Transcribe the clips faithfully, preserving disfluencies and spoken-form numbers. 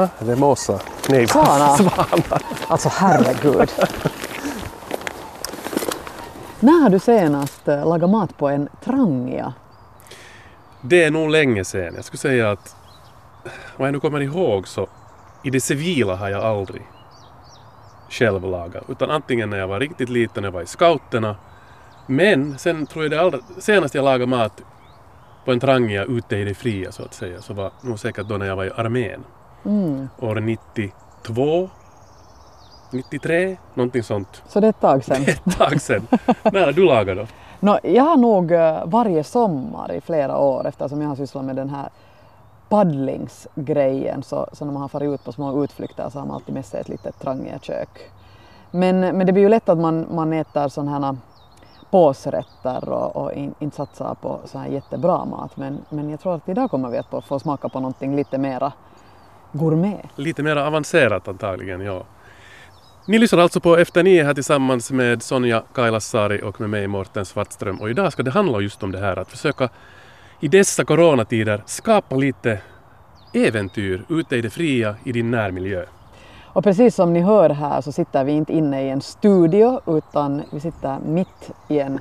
Jaha, det är måsar. Nej, Svanar. svanar. Alltså herregud. När har du senast eh, lagat mat på en trangia? Det är nog länge sedan. Jag skulle säga att, om jag nu kommer ihåg så, i det civila har jag aldrig själv lagat. Utan antingen när jag var riktigt liten, när jag var i scouterna. Men sen tror jag det allra, senast jag lagade mat på en trangia ute i det fria så att säga, så var nog säkert då när jag var i armén. Mm. År nittiotvå, nittiotre, någonting sånt. Så det är ett tag sedan. Ett tag sedan. När har du lagat då? Nå, jag har nog eh, varje sommar i flera år, eftersom jag har sysslat med den här paddlingsgrejen, så, så när man har farit ut på små utflykter så har man alltid med sig ett litet trangiakök. Men, men det blir ju lätt att man, man äter sådana här påsrätter och, och in, inte satsar på så här jättebra mat. Men, men jag tror att idag kommer vi att få smaka på någonting lite mera gourmet. Lite mer avancerat antagligen, ja. Ni lyssnar alltså på Efter nio här tillsammans med Sonja Kailasari och med mig Mårten Svartström. Och idag ska det handla just om det här att försöka i dessa coronatider skapa lite äventyr ute i det fria i din närmiljö. Och precis som ni hör här så sitter vi inte inne i en studio utan vi sitter mitt i en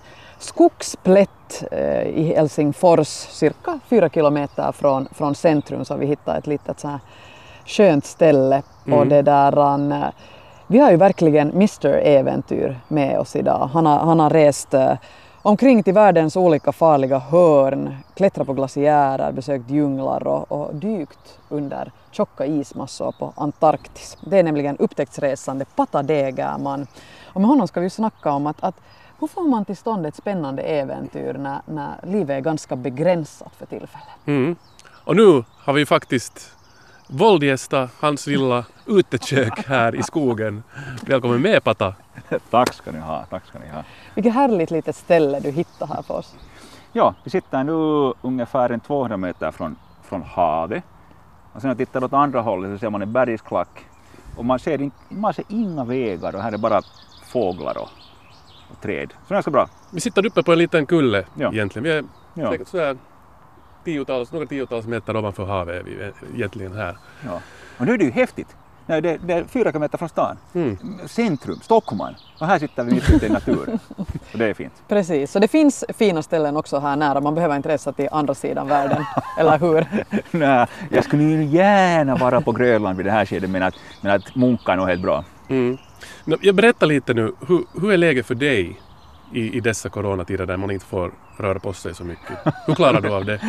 skogsplätt eh, i Helsingfors, cirka fyra kilometer från, från centrum, så vi hittar ett litet så här skönt ställe. Mm. Och det där, han, vi har ju verkligen mister Äventyr med oss idag. Han har, han har rest eh, omkring till världens olika farliga hörn, klättrat på glaciärer, besökt djunglar och, och dykt under tjocka ismassor på Antarktis. Det är nämligen upptäcktsresande Pata Degerman. Och med honom ska vi snacka om att, att hur får man till stånd ett spännande äventyr när, när livet är ganska begränsat för tillfället. Mm. Och nu har vi faktiskt våldgästa hans lilla utekök här i skogen. Välkommen med, Pata. Tack ska ni ha, tack ska ni ha. Vilket härligt litet ställe du hittar här för oss. Ja, vi sitter nu ungefär en tvåhundra meter från, från havet. Och sen när jag tittar åt andra hållet så ser man en bergsklack. Och man ser, in, man ser inga vägar och här är bara fåglar och, och träd. Så det är ganska bra. Vi sitter uppe på en liten kulle Ja. egentligen. Vi är Ja. säkert så här tiotals, några tiotals meter ovanför havet är vi egentligen här. Ja. Och nu är det ju häftigt. Nej, det, det är fyra kilometer från stan. Mm. Centrum, Stockholm. Och här sitter vi mitt ute i naturen. Och det är fint. Precis, så det finns fina ställen också här nära. Man behöver inte resa till andra sidan världen, eller hur? Nej, jag skulle ju gärna vara på Grönland vid det här skedet, men att, men att Munka är nog helt bra. Mm. Jag berättar lite nu, hur, hur är läget för dig i, i dessa coronatider där man inte får röra på sig så mycket? Hur klarar du av det?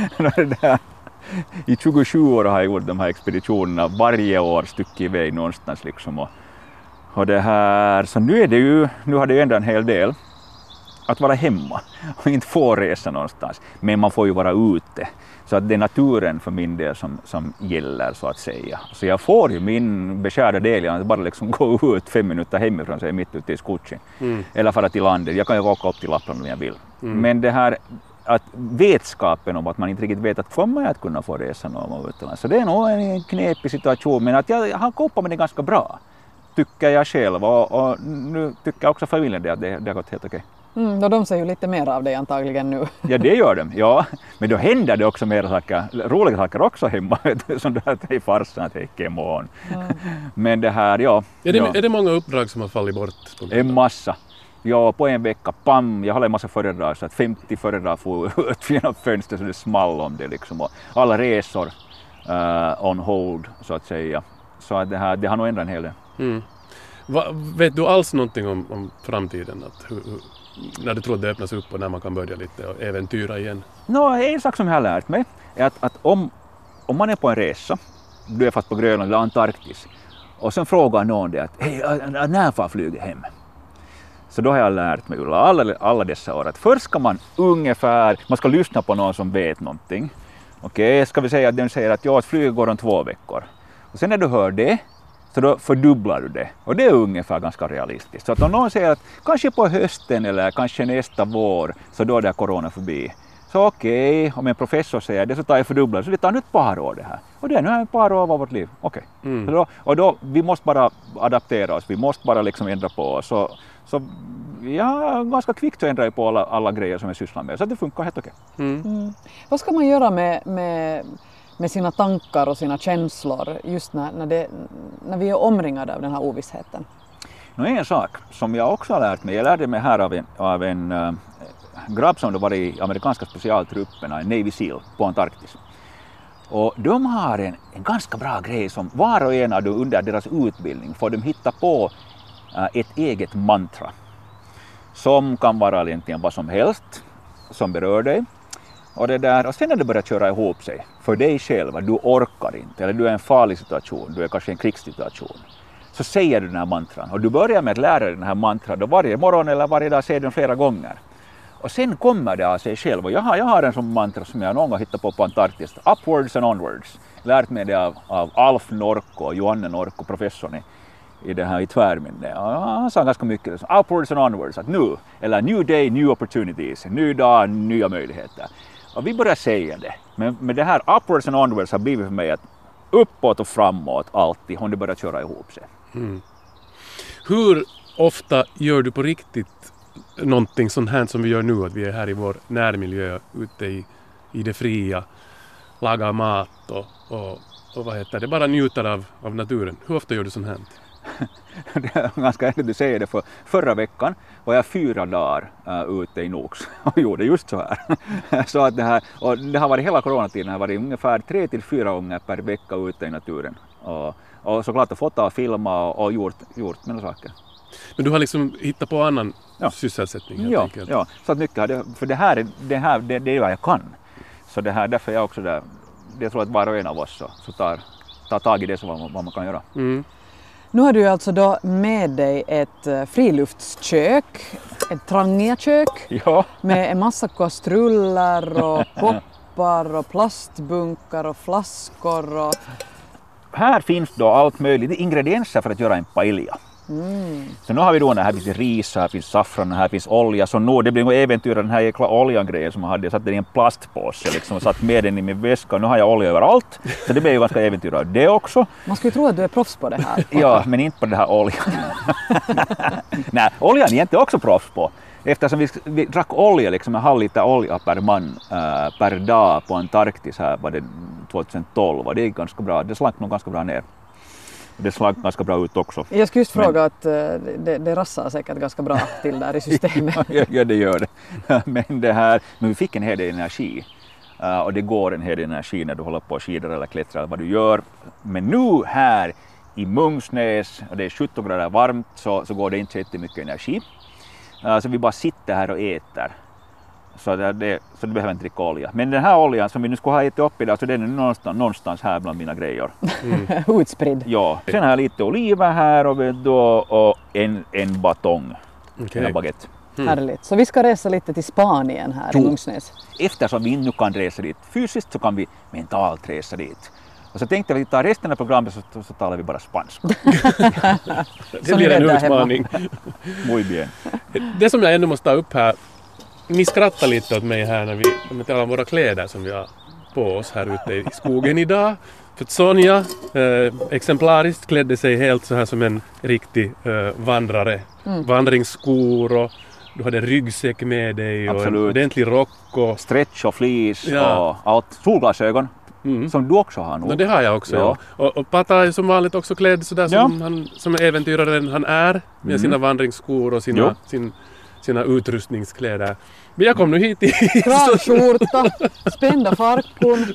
I tjugosju år har jag gjort de här expeditionerna varje år, stycke iväg någonstans liksom. Och, och det här, så nu är det ju, nu har det ju ändå en hel del att vara hemma och inte få resa någonstans. Men man får ju vara ute. Så att det är naturen för min del som, som gäller så att säga. Så jag får ju min beskärda del, jag bara liksom gå ut fem minuter hemifrån sig mitt ute i skogen. Mm. Eller fara till landet, jag kan ju åka upp till Lappland om jag vill. Mm. Men det här att vetskapen om att man inte riktigt vet att kommer jag att kunna få resa någon utomlands. Så det är nog en knepig situation, men att jag har kopat med det ganska bra. Tycker jag själv, och, och nu tycker också familjen det att det, det har gått helt okej. Mm, då de ser ju lite mer av dig antagligen nu. Ja, det gör de, ja. Men då händer det också mer saker, roliga saker också hemma, som det här i farsan att det är imorgon. Mm. Men det här, ja. Är det, ja. är det många uppdrag som har fallit bort? En massa. Ja, på en vecka, pam, jag hade en massa föredrag, så att femtio föredrag får ut genom fönstret så det small om det liksom. Och alla resor uh, on hold, så att säga. Så att det, här, det har nog ändrat en hel del. Mm. Va, vet du alls någonting om, om framtiden? Att, hur, hur, när du tror att det öppnas upp och när man kan börja lite och äventyra igen? No, en sak som jag har lärt mig är att, att om, om man är på en resa, du är fast på Grönland eller Antarktis, och sen frågar någon det att hej, när får jag flyga hem? Så då har jag lärt mig alla, alla dessa år att först ska man ungefär, man ska lyssna på någon som vet någonting. Okej, okay, ska vi säga att den säger att ja, ett flyg går om två veckor. Och sen när du hör det, så då fördubblar du det. Och det är ungefär ganska realistiskt. Så att om någon säger att kanske på hösten eller kanske nästa vår, så då är det corona förbi. Så okej, okay, om en professor säger det så tar jag fördubblar, så det tar nu ett par år det här. Och det är nu ett par år av vårt liv. Okej. Okay. Mm. Då, och då, vi måste bara adaptera oss, vi måste bara liksom ändra på oss. Så, så ja, ganska kvickt så ändrar jag på alla, alla grejer som jag sysslar med, så det funkar helt okej. Okay. Mm. Mm. Vad ska man göra med, med, med sina tankar och sina känslor just när, när, det, när vi är omringade av den här ovissheten? Nu en sak som jag också har lärt mig, jag lärde mig här av en, av en äh, grabb som var i amerikanska specialtrupperna, Navy Seal på Antarktis. Och de har en, en ganska bra grej som var och en av dem under deras utbildning får de hitta på äh, ett eget mantra som kan vara egentligen vad som helst som berör dig. Och, det där, och sen när det börjar köra ihop sig för dig själv, du orkar inte eller du är i en farlig situation, du är kanske i en krigssituation, så säger du den här mantran och du börjar med att lära dig den här mantran och varje morgon eller varje dag säger du den flera gånger. Och sen kommer det av sig själv. Och jag har, jag har en sån mantra som jag någon gång hittat på på Antarktis. Upwards and onwards. Lärt mig det av, av Alf Norko, Johanne Norko, professorn i, i det här i tvärminne. Han sa ganska mycket. Upwards and onwards. Att nu, eller new day, new opportunities. Ny dag, nya möjligheter. Och vi börjar säga det. Men, men det här upwards and onwards har blivit för mig att uppåt och framåt alltid. Om det börjar köra ihop sig. Mm. Hur ofta gör du på riktigt någonting sånt här som vi gör nu, att vi är här i vår närmiljö ute i, i det fria, lagar mat och, och, och vad heter det, bara njuter av, av naturen. Hur ofta gör du sånt här? Det är ganska enkelt du säger det, för förra veckan var jag fyra dagar uh, ute i Nox och gjorde just så här. Så att det här, och det har varit hela coronatiden, det har varit ungefär tre till fyra gånger per vecka ute i naturen. Och, och såklart fota och filma och, och gjort, gjort mina saker. Men du har liksom hittat på annan ja. sysselsättning helt ja, enkelt? Ja, så att mycket, det, för det här, det, här det, det är vad jag kan. Så det här, därför är jag också där, jag tror att var och en av oss så, så tar, tar tag i det som vad man, vad man kan göra. Mm. Nu har du alltså då med dig ett friluftskök, ett trangiakök ja. med en massa kastruller och koppar och plastbunkar och flaskor. Och... Här finns då allt möjligt ingredienser för att göra en paella. Mm. Så nu har vi då, här finns ris, här finns saffran, här finns olja. Så nu det blir nog äventyr den här jäkla oljan-grejen som jag hade. Jag satte den i en plastpåse liksom, och satt med den i min väska. Nu har jag olja överallt. Så det blir ju ganska äventyr av det också. Man skulle tro att du är proffs på det här. Ja, men inte på det här oljan. Nej, oljan är inte också proffs på. Eftersom vi, vi drack olja, liksom en halv liter olja per man äh, per dag på Antarktis här var det tjugohundratolv. Och det gick ganska bra. Det slank nog ganska bra ner. Det slank ganska bra ut också. Jag skulle just fråga men, att uh, det, det rassar säkert ganska bra till där i systemet. ja, ja, det gör det. Men, det här, men vi fick en hel del energi. Uh, och det går en hel del energi när du håller på och skidor eller klättrar vad du gör. Men nu här i Mungsnäs, och det är sjutton grader varmt, så, så går det inte så jättemycket energi. Uh, så vi bara sitter här och äter. Så det, det, så det behöver inte dricka olja. Men den här oljan som vi nu ska ha ätit upp idag, så den är någonstans, någonstans här bland mina grejer. Mm. Utspridd. Ja. Sen har jag lite oliver här och, då, och en, en batong. Okay. En baguette. Mm. Härligt. Så vi ska resa lite till Spanien här jo. i Mungsnäs. Eftersom vi inte kan resa dit fysiskt så kan vi mentalt resa dit. Och så tänkte vi att vi tar resten av programmet så, så talar vi bara spanska. Det blir en utmaning. Muy bien. Det som jag ändå måste ta upp här, ni skrattar lite åt mig här när vi, när vi talar om våra kläder som vi har på oss här ute i skogen idag. För att Sonja eh, exemplariskt klädde sig helt så här som en riktig eh, vandrare. Mm. Vandringsskor och du hade ryggsäck med dig och absolut. En ordentlig rock och stretch och fleece ja. och allt. Solglasögon. Mm. Som du också har nog. No, det har jag också. Ja. Ja. Och, och Pata är som vanligt också klädd sådär ja. som, han, som äventyraren han är. Med mm. sina vandringsskor och sina, sin, sina utrustningskläder. Men jag kom nu hit i... Kravskjorta, spända farkon.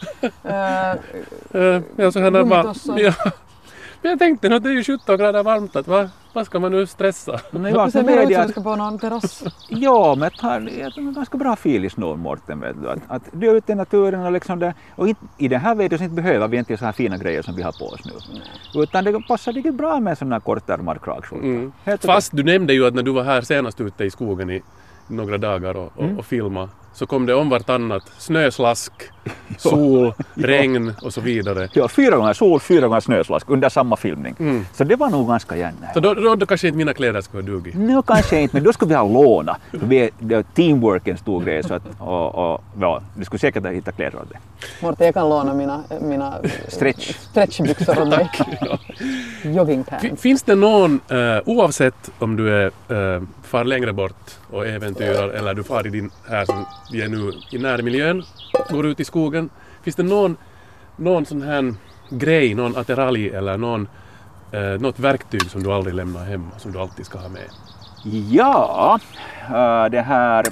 Äh, uh, ja, så här bara, ja. Men jag tänkte att det är ju sjutton grader varmt. Att vad, vad ska man nu stressa? Men jag ser mer ut som du ska på någon terrass. Ja, men jag har ganska bra fil i snor, Mårten. Vet du. Att, att du är ute i naturen och liksom det. Och inte, i det här vet du inte behöver vi inte så här fina grejer som vi har på oss nu. Mm. Utan det passar riktigt bra med sådana kortärmad kragskjorta. Mm. Fast du nämnde ju att när du var här senast ute i skogen i några dagar och, och, mm. och filma, så kom det om vartannat snöslask, sol, regn och så vidare. Ja, fyra gånger sol, fyra gånger snöslask under samma filmning. Mm. Så det var nog ganska gärna. Så då, då, då kanske inte mina kläder skulle ha dugit? Nej, kanske inte, men då skulle vi ha låna. Vi är, det är teamwork en stor grej, så att, och, och, ja, du skulle säkert hitta kläder av det. Mårten, jag kan låna mina, mina Stretch. stretchbyxor av dig. Ja. Joggingpants. Finns det någon, uh, oavsett om du är uh, far längre bort och äventyrar eller du far i din, här som vi är nu i närmiljön, går ut i skogen, finns det någon någon sån här grej, någon attiralj eller någon, eh, något verktyg som du aldrig lämnar hemma, som du alltid ska ha med? Ja, äh, det här...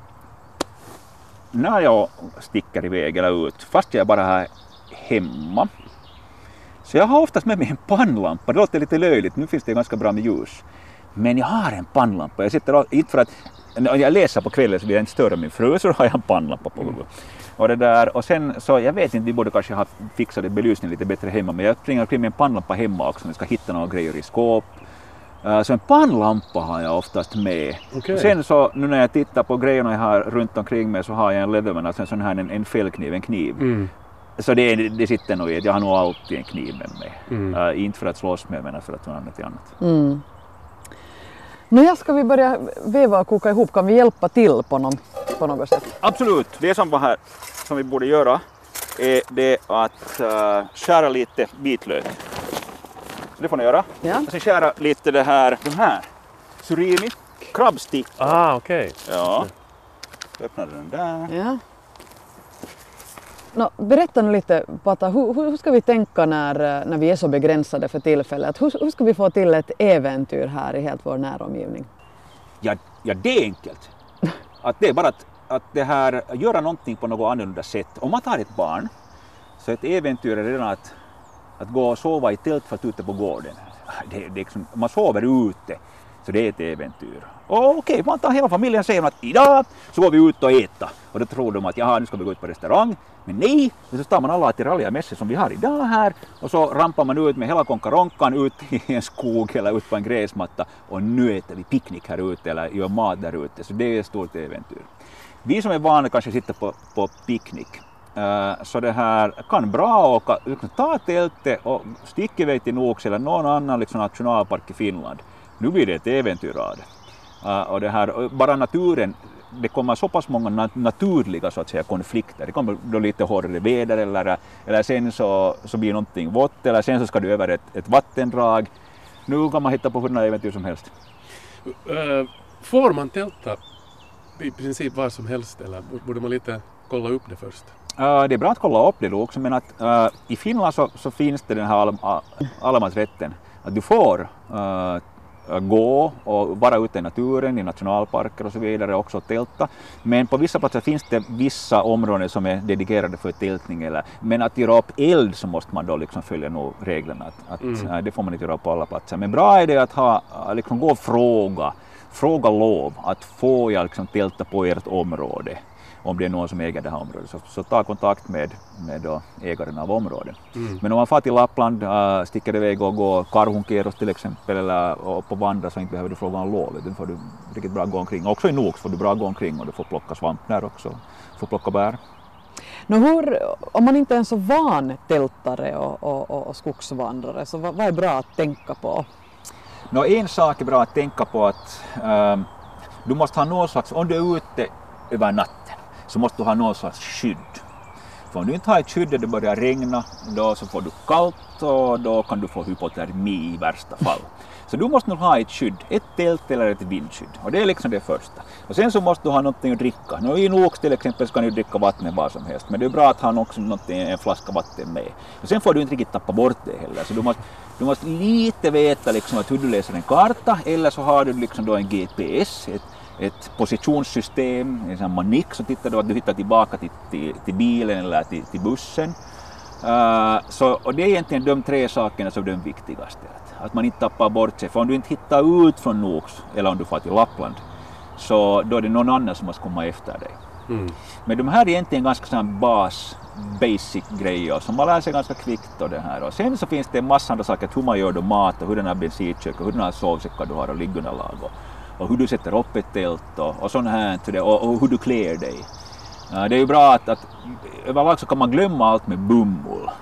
När jag sticker iväg eller ut, fast jag bara är hemma, så jag har oftast med mig en pannlampa. Det låter lite löjligt, nu finns det ganska bra med ljus. Men jag har en pannlampa. Jag sitter inte för att jag läser på kvällen så vill jag inte störa min fru, så då har jag en pannlampa på huvudet. Och det där, och sen så, jag vet inte, vi borde kanske ha fixat belysningen lite bättre hemma, men jag springer omkring med en pannlampa hemma också när jag ska hitta några grejer i skåp. Uh, så en pannlampa har jag oftast med. Okay. Sen så, nu när jag tittar på grejerna jag har runt omkring mig, så har jag en Leatherman, alltså en sån här en, en fällkniv, en kniv. Mm. Så det, det sitter nog i att jag har nog alltid en kniv med mig. Mm. Uh, inte för att slåss med, men för att ta annat till annat. Mm. Nu ja, ska vi börja veva och koka ihop, kan vi hjälpa till på, någon, på något sätt? Absolut, det som var här som vi borde göra är det att uh, skära lite vitlök. Så det får ni göra. Ja. Och sen skära lite det här, de här surimi, krabbstickor. Ah, okej. Okay. Ja. Öppnar den där. Ja. No, berätta nu lite, Pata, hur, hur ska vi tänka när, när vi är så begränsade för tillfället? Hur, hur ska vi få till ett äventyr här i helt vår näromgivning? Ja, ja det är enkelt. Att det är bara att, att det här, göra någonting på något annorlunda sätt. Om man tar ett barn, så ett äventyr är redan att, att gå och sova i tält för att ute på gården. Det, det är liksom, man sover ute, så det är ett äventyr. Och okej, man tar hela familjen och säger att idag så går vi ut och äta. Och då tror de att jaha, nu ska vi gå ut på restaurang. Men nej, så tar man alla attiraljer med sig som vi har idag här. Och så rampar man ut med hela konkaronkan ut i en skog eller ut på en gräsmatta. Och nu äter vi picknick här ute eller gör mat där ute. Så det är ett stort äventyr. Vi som är vana kanske sitter på, på picknick. Uh, så det här kan bra åka, liksom, ta tältet och sticka iväg till Nox eller någon annan liksom, nationalpark i Finland. Nu blir det ett äventyr av det. Uh, och det här, bara naturen, det kommer så pass många nat- naturliga så att säga, konflikter. Det kommer då lite hårdare väder eller, eller sen så, så blir någonting vått eller sen så ska du över ett, ett vattendrag. Nu kan man hitta på hurdana äventyr som helst. Uh, får man tälta i princip var som helst eller borde man lite kolla upp det först? Uh, det är bra att kolla upp det också, men att uh, i Finland så, så finns det den här all, all, allemansrätten att du får uh, gå och vara ute i naturen, i nationalparker och så vidare, också tälta. Men på vissa platser finns det vissa områden som är dedikerade för tältning. Eller, men att göra upp eld så måste man då liksom följa nog reglerna. Att, att, mm. äh, det får man inte göra på alla platser. Men bra är det att ha, liksom, gå och fråga, fråga lov att få jag liksom tälta på ert område. Om det är någon som äger det här området, så, så ta kontakt med, med då ägaren av området. Mm. Men om man far till Lappland, äh, sticker iväg och går Karhunkeros till exempel, eller och på vandra, så inte behöver du fråga om lov. Då får du riktigt bra gå omkring. Också i Nox får du bra gå omkring och du får plocka svamp där också, får plocka bär. No, hur, om man inte är en så van tältare och, och, och, och skogsvandrare, så vad, vad är bra att tänka på? No, en sak är bra att tänka på att äh, du måste ha någon slags, om du är ute över natten, så måste du ha någon slags skydd. För om du inte har ett skydd och det börjar regna, då så får du kallt och då kan du få hypotermi i värsta fall. Så du måste nog ha ett skydd, ett tält eller ett vindskydd. Och det är liksom det första. Och sen så måste du ha någonting att dricka. Nu i Nox till exempel så kan du dricka vatten var som helst. Men det är bra att ha också en flaska vatten med. Och sen får du inte riktigt tappa bort det heller. Så du måste, du måste lite veta liksom att hur du läser en karta. Eller så har du liksom då en G P S, ett ett positionssystem, en sån manik, så tittar du att du hittar tillbaka till, till, till bilen eller till, till bussen. Uh, så, och det är egentligen de tre sakerna som är de viktigaste. Att, att man inte tappar bort sig. För om du inte hittar ut från Nox eller om du får till Lappland, så då är det någon annan som måste komma efter dig. Mm. Men de här är egentligen ganska sån bas, basic grejer som man lär sig ganska kvickt. Och det här. Och sen så finns det en massa andra saker, hur man gör då mat och hur den här bensinkök och hur den här sovsäckar du har och liggunderlag. Och, och hur du sätter upp ett tält och, och sånt här, och, och hur du klär dig. Uh, det är ju bra att, att överlag så kan man glömma allt med bomull.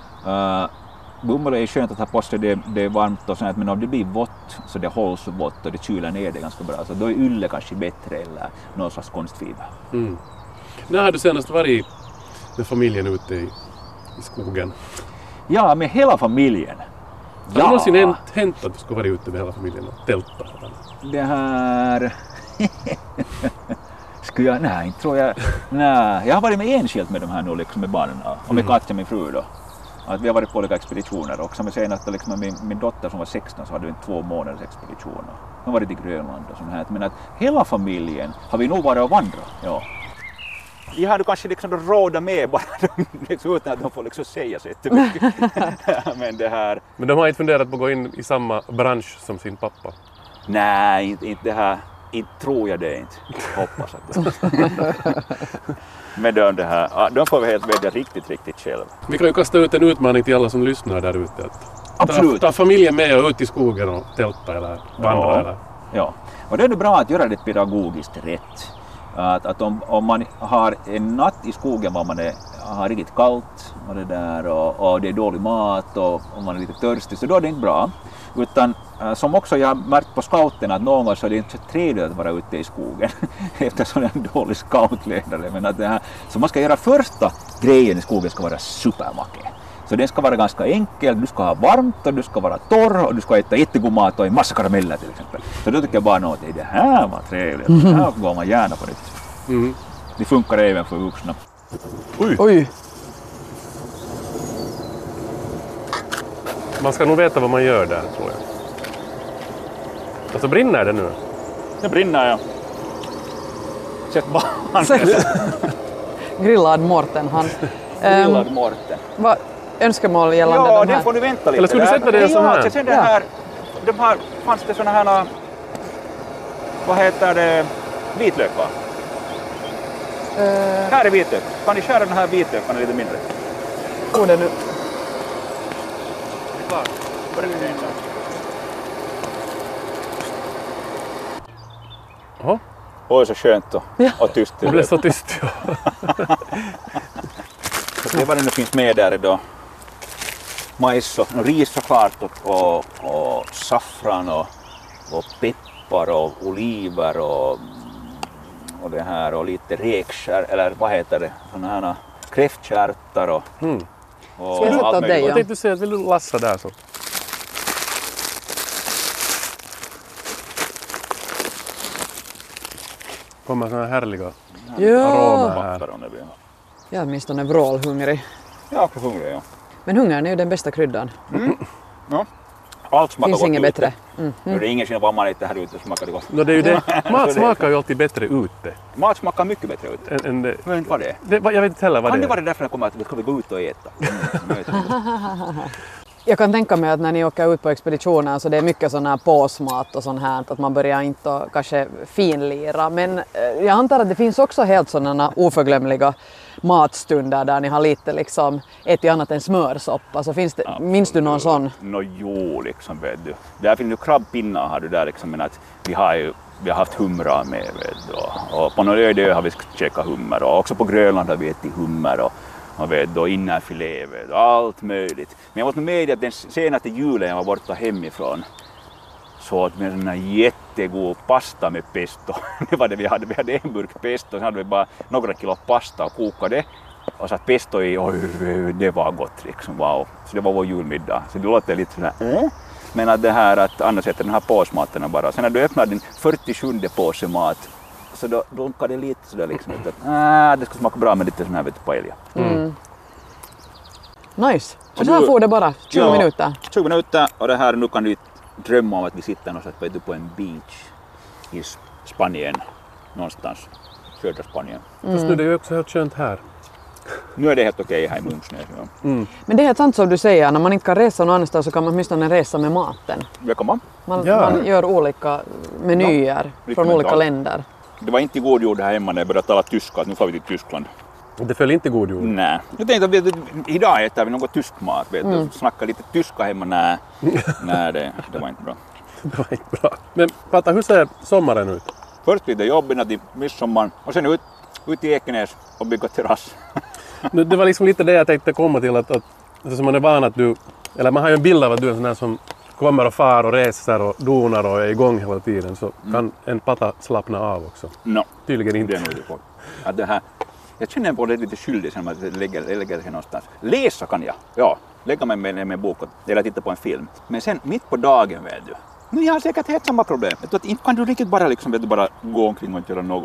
Uh, bomull är skönt att ha på sig, det, det är varmt och sånt, men om det blir vått så det hålls vått och det kyler ner det ganska bra. Så då är ylle kanske bättre eller någon slags konstfiber. Mm. När har du senast varit med familjen ute i, i skogen? Ja, med hela familjen. Har det någonsin hänt, hänt att du ska vara ute med hela familjen och tälta? Det här... Skulle jag? Nej, inte tror jag. Nej, jag har varit med enskilt med de här nu liksom med barnen och med Katja, min fru då. Att vi har varit på olika expeditioner och som jag säger att liksom min, min dotter som var sexton så hade vi en två månaders expedition. Hon var i Grönland och sånt här. Men att hela familjen har vi nog varit och vandrat. Ja. Jag hade kanske liksom råda med bara liksom, utan att de får liksom säga så jättemycket. Men det här... Men de har inte funderat på att gå in i samma bransch som sin pappa? Nej, inte, inte det här. Inte tror jag det inte. Hoppas att det. Men de, det här, de får vi helt välja riktigt, riktigt själv. Vi kan ju kasta ut en utmaning till alla som lyssnar där ute. Att Absolut. Ta, ta familjen med och ut i skogen och tälta eller vandra. Ja. Eller. Ja, och det är bra att göra det pedagogiskt rätt. Att, att om, om man har en natt i skogen var man är, har riktigt kallt och det, där, och, och det är dålig mat och, och man är lite törstig så då är det inte bra. Utan äh, som också jag har märkt på scouterna att någon gång så är det inte så trevligt att vara ute i skogen eftersom jag är en dålig scoutledare. Men att det här, så man ska göra första grejen i skogen ska vara supermacke. Så den ska vara ganska enkel, du ska ha varmt och du ska vara torr och du ska äta jättegod mat och en massa karameller till exempel. Så då tycker jag bara att det här var trevligt, det här går man gärna på det. Mm. Det funkar även för vuxna. Oj! Oj. Man ska nog veta vad man gör där tror jag. Alltså brinner det nu? Det brinner ja. Sätt barn. Grillad Morten han. Grillad Morten. Vad önskemål gällande ja, de här? Ja, det får du vänta lite. Eller skulle du sätta det så här? Ja, sen det här, de här, fanns det såna här, vad heter det, vitlökar? Uh, här är vitlök. Kan ni skära den här vitlökarna lite mindre? Oh, det nu. Det är klart. Börjar vi ändå. Jaha. Oj, så skönt och, ja. och tyst. Det blev så tyst. Ja. Det var det nu finns med där idag. Majs och ris såklart och, och, och saffran och, och peppar och oliver och, och det här och lite räkskär eller vad heter det, såna här kräftkärtar och, Mm. och ska jag sätta allt åt dig? möjligt. Jag tänkte säga att vill du lassa där så. Kommer såna härliga Ja. aromer här. Jag är åtminstone vrålhungrig. Ja, jag är hungrig, ja. Men hungern är ju den bästa kryddan. Mm. Ja. Allt smakar Finns gott inget ute. bättre. Mm. Nu är det ingen skillnad på man inte här ute smakar det gott. No, det är ju det. Mat smakar ju alltid bättre ute. Mat smakar mycket bättre ute. Än, än det. Jag vet inte vad det är. Det, jag vet inte heller vad Kan det det är. vara därför jag kommer att vi ska gå ut och äta? Jag kan tänka mig att när ni åker ut på expeditioner så det är mycket sån här påsmat och sånt här att man börjar inte och kanske finlira. Men jag antar att det finns också helt sådana oförglömliga matstunder där ni har lite liksom ätit annat än smörsoppa. Så finns det, ja, minns du någon sån? Nå jo, liksom vet du. Där finns ju krabbpinnar har du där liksom, men att vi har ju vi har haft humrar med vet du. Och, och på några öde har vi käkat hummer och också på Grönland har vi ätit hummer och man vet då innanfilé, vet, allt möjligt. Men jag måste medge att den senaste julen jag var borta hemifrån så åt vi en sån här jättegod pasta med pesto. Det var det vi hade. Vi hade en burk pesto, sen hade vi bara några kilo pasta och kokade och satt pesto i. Oj, det var gott liksom, wow. Så det var vår julmiddag. Så det låter lite sådär, äh? Men att det här att annars äter den här påsmaten bara. Sen när du öppnar din fyrtiosjunde påse mat så då dunkar det lite sådär liksom att äh, det ska smaka bra med lite sån här vet du, paella. Mm. Nice. Och så här får det bara tjugo ja, minuter. tjugo minuter och det här nu kan du drömma om att vi sitter någonstans på en beach i Spanien, någonstans, södra Spanien. Mm. Fast nu är det ju också helt skönt här. Nu är det helt okej här i Munsnäs. Ja. Mm. Men det är helt sant som du säger, när man inte kan resa någon annanstans så kan man åtminstone resa med maten. Det kan man. Man, Ja. man gör olika menyer Ja, från olika mentalt. länder. Det var inte god jord här hemma när jag började tala tyska, att nu får vi till Tyskland. Det föll inte god jord. Nej. Jag tänkte att vi, idag äter vi något tysk mat, vet du. Mm. Snacka lite tyska hemma, nej. Nej, det, det var inte bra. Det var inte bra. Men Patta, hur ser sommaren ut? Först lite jobb innan till midsommar och sen ut, ut i Ekenäs och bygga terrass. Nu, det var liksom lite det jag tänkte komma till att, att alltså man är van att du, eller man har ju en bild av att du är en sån där som kommer och far och reser och donar och är igång hela tiden så mm. kan en Patta slappna av också. No. Tydligen inte. Det är nog det folk. Att det här, jag känner på det lite skyldig sen att jag lägger, lägger det någonstans. Läsa kan jag, ja. Lägga mig med, med en bok eller titta på en film. Men sen mitt på dagen vet du. Men jag har säkert helt samma problem. Att inte kan du riktigt bara, liksom, vet du, bara gå omkring och inte göra något.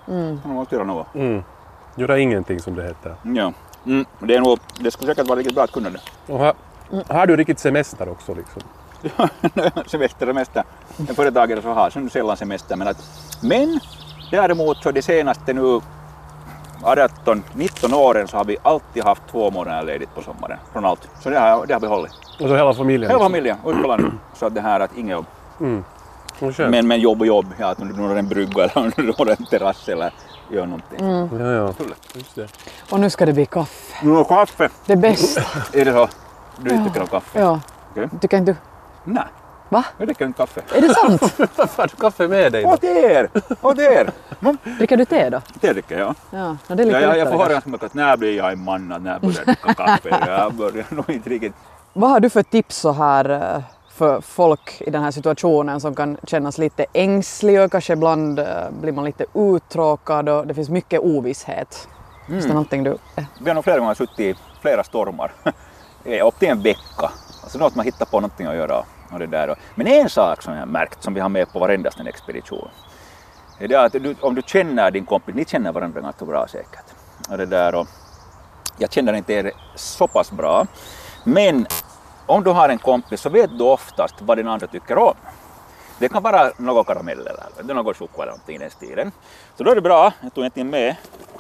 Mm. Man måste göra något. Mm. Göra ingenting som det heter. Ja. Mm. Det, är nog, det skulle säkert vara riktigt bra att kunna det. Och har, har du riktigt semester också liksom? Semester är mesta. En företagare så har så sällan semester. Men, att, men däremot så de senaste nu arton nitton åren så har vi alltid haft två månader ledigt på sommaren. Från allt. Så det har, det har vi hållit. Och så hela familjen? Hela familjen, ut på landet. Så att det här att inget jobb. Mm. Men, men jobb och jobb, ja, att om du har en brygga eller om du har en terrass eller gör någonting. Mm. Ja, ja. Just det. Och nu ska det bli kaffe. Nu har kaffe. Det bästa. Är det så? Du Ja. tycker om kaffe? Ja. Okej. Tycker inte du? Nej, Va? jag dricker inte kaffe. Är det sant? Varför har du kaffe med dig då? Åt er! Åt er! Mm. Dricker du te då? Det dricker jag. Ja, no, det är lite Ja, jag, jag lättare får höra kanske. ganska mycket att när blir jag en man, att när börjar jag dricka kaffe. Jag börjar nog inte riktigt. Vad har du för tips så här eh, för folk i den här situationen som kan kännas lite ängsliga och kanske ibland eh, blir man lite uttråkad och det finns mycket ovisshet. Mm. Är det någonting du... eh, Vi har nog flera gånger suttit i flera stormar. Upp till en vecka. Alltså något man hittar på någonting att göra. Och det där. Men en sak som jag har märkt som vi har med på varenda en expedition. Är det att du, om du känner din kompis, ni känner varandra ganska bra säkert. Och det där, och jag känner inte er så pass bra. Men om du har en kompis så vet du oftast vad den andra tycker om. Det kan vara något karamell eller något choklad eller någonting i den stilen. Så då är det bra, jag tog egentligen med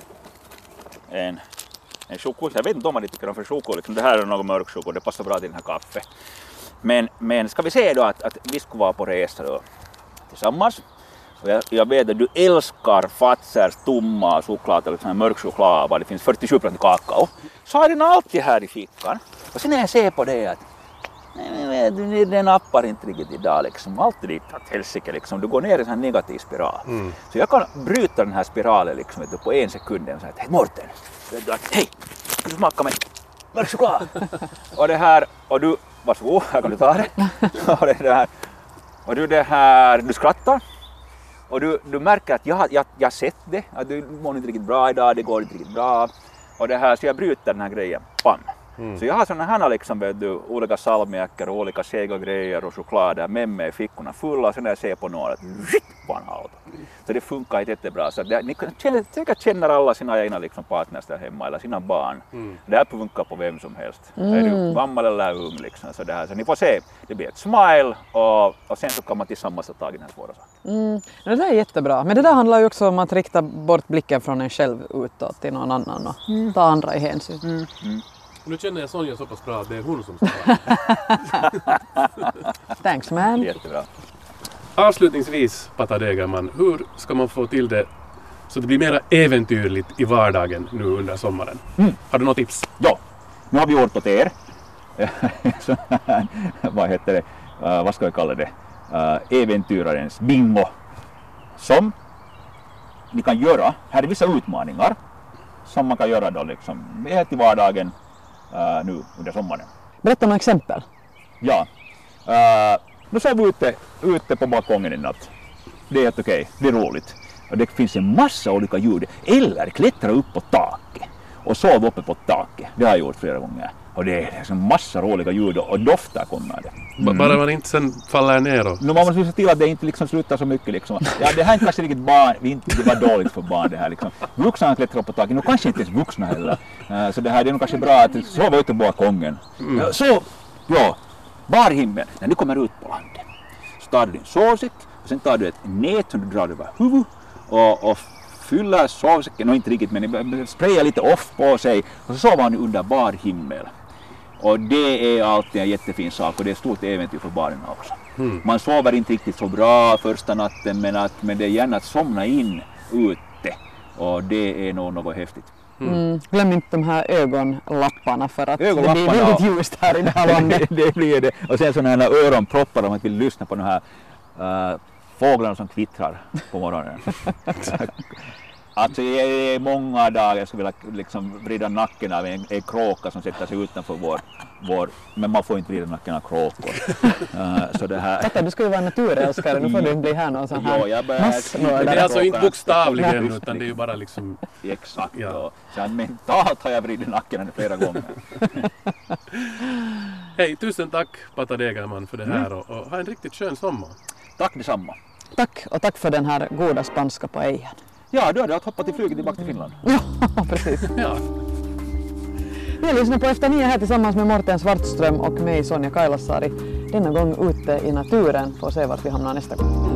en, en choklad. Jag vet inte om vad ni tycker om för choklad. Liksom det här är något mörk choklad, det passar bra till den här kaffe. Men, men ska vi säga då att, att vi skulle vara på resa då tillsammans. Och jag, jag vet att du älskar Fazers tomma choklad eller sån mörk choklad, var det finns fyrtiosju procent kakao. Så har den alltid här i fickan. Och sen när jag ser på det att nej, men, den appar inte riktigt idag liksom. Alltid dit att helsike liksom. Du går ner i en sån här negativ spiral. Mm. Så jag kan bryta den här spiralen liksom, vet du, på en sekund. Och säga hej Morten, hej, ska du smaka med mörk choklad? Och det här, och du, varsågod, här kan du ta det. Och det här, och du det här, du skrattar. Och du, du märker att jag, jag, jag har sett det, att du mår inte riktigt bra idag, det går inte riktigt bra. Och det här, så jag bryter den här grejen, bam. Mm. Så jag har sådana här liksom, vet du, olika salmiakkor och olika sega grejer och choklader med mig i fickorna fulla. Och sen när jag ser på några, att van auto. Så det funkar inte jättebra. Så det, ni känner, säkert känner alla sina egna liksom, partners där hemma eller sina barn. Mm. Det här funkar på vem som helst. Mm. Är du gammal eller ung liksom. Så, det här. Så ni får se, det blir ett smile och, och sen så kan man tillsammans ta tag i den här svåra saken. Mm. Det där är jättebra. Men det där handlar ju också om att rikta bort blicken från en själv utåt till någon annan och mm. ta andra i hänsyn. Mm. Mm. Nu känner jag Sonja så pass bra att det är hon som ska Thanks man. Jättebra. Avslutningsvis, Pata Degerman, hur ska man få till det så det blir mer äventyrligt i vardagen nu under sommaren? Mm. Har du något tips? Ja, nu har vi gjort åt er. Vad heter det? Uh, vad ska jag kalla det? Uh, äventyrarens bingo. Som ni kan göra. Här är vissa utmaningar som man kan göra då liksom helt i vardagen uh, nu under sommaren. Berätta några exempel. Ja. Uh, nu så är vi ute, ute på balkongen i natt. Det är helt okej, det är roligt. Och det finns en massa olika ljud. Eller klättra upp på taket och sova uppe på taket. Det har jag gjort flera gånger. Och det är en massa roliga ljud och dofter kommer det. Mm. Bara man inte sen faller ner och... Nu man måste se till att det inte liksom slutar så mycket liksom. Ja, det här är kanske riktigt barn, det var dåligt för barn det här liksom. Vuxna klättrar upp på taket, nu kanske inte ens vuxna heller. Uh, så det här det är nog kanske bra att sova ute på balkongen. Mm. Uh, så, ja, bar himmel. När du kommer ut på landet så tar du din sovsäck och sen tar du ett nät som du drar över huvudet och, och fyller sovsäcken, och inte riktigt men sprayar lite off på sig och så sover man under bar himmel. Och det är alltid en jättefin sak och det är ett stort äventyr för barnen också. Mm. Man sover inte riktigt så bra första natten men, att, men det är gärna att somna in ute och det är nog något häftigt. Mm. Mm. Glöm inte de här ögonlapparna för att ögonlapparna, det blir väldigt ljust här i det här landet. Det blir det. Och sen sådana här öronproppar om man vill lyssna på de här uh, fåglarna som kvittrar på morgonen. Alltså det är många dagar jag skulle vilja liksom vrida nacken av en, en kråka som sätter sig utanför vår, vår, men man får inte vrida nacken av kråkor. Uh, så det här... Tatta, du skulle vara naturälskare, nu får du bli här någon sån här jo, jag massmördare. Det är alltså inte bokstavligen utan det är ju bara liksom... Exakt, ja. Så mentalt har jag vridit nacken flera gånger. Hej, tusen tack Pata Degerman för det här och, och ha en riktigt skön sommar. Tack detsamma. Tack och tack för den här goda spanska paellan. Ja, då är det att hoppa till flyget tillbaka till Finland. Ja, precis. Ja. Vi lyssnar på Efter nio här tillsammans med Morten Svartström och mig, Sonja Kailasari. Denna gång ute i naturen. Får se vart vi hamnar nästa gång.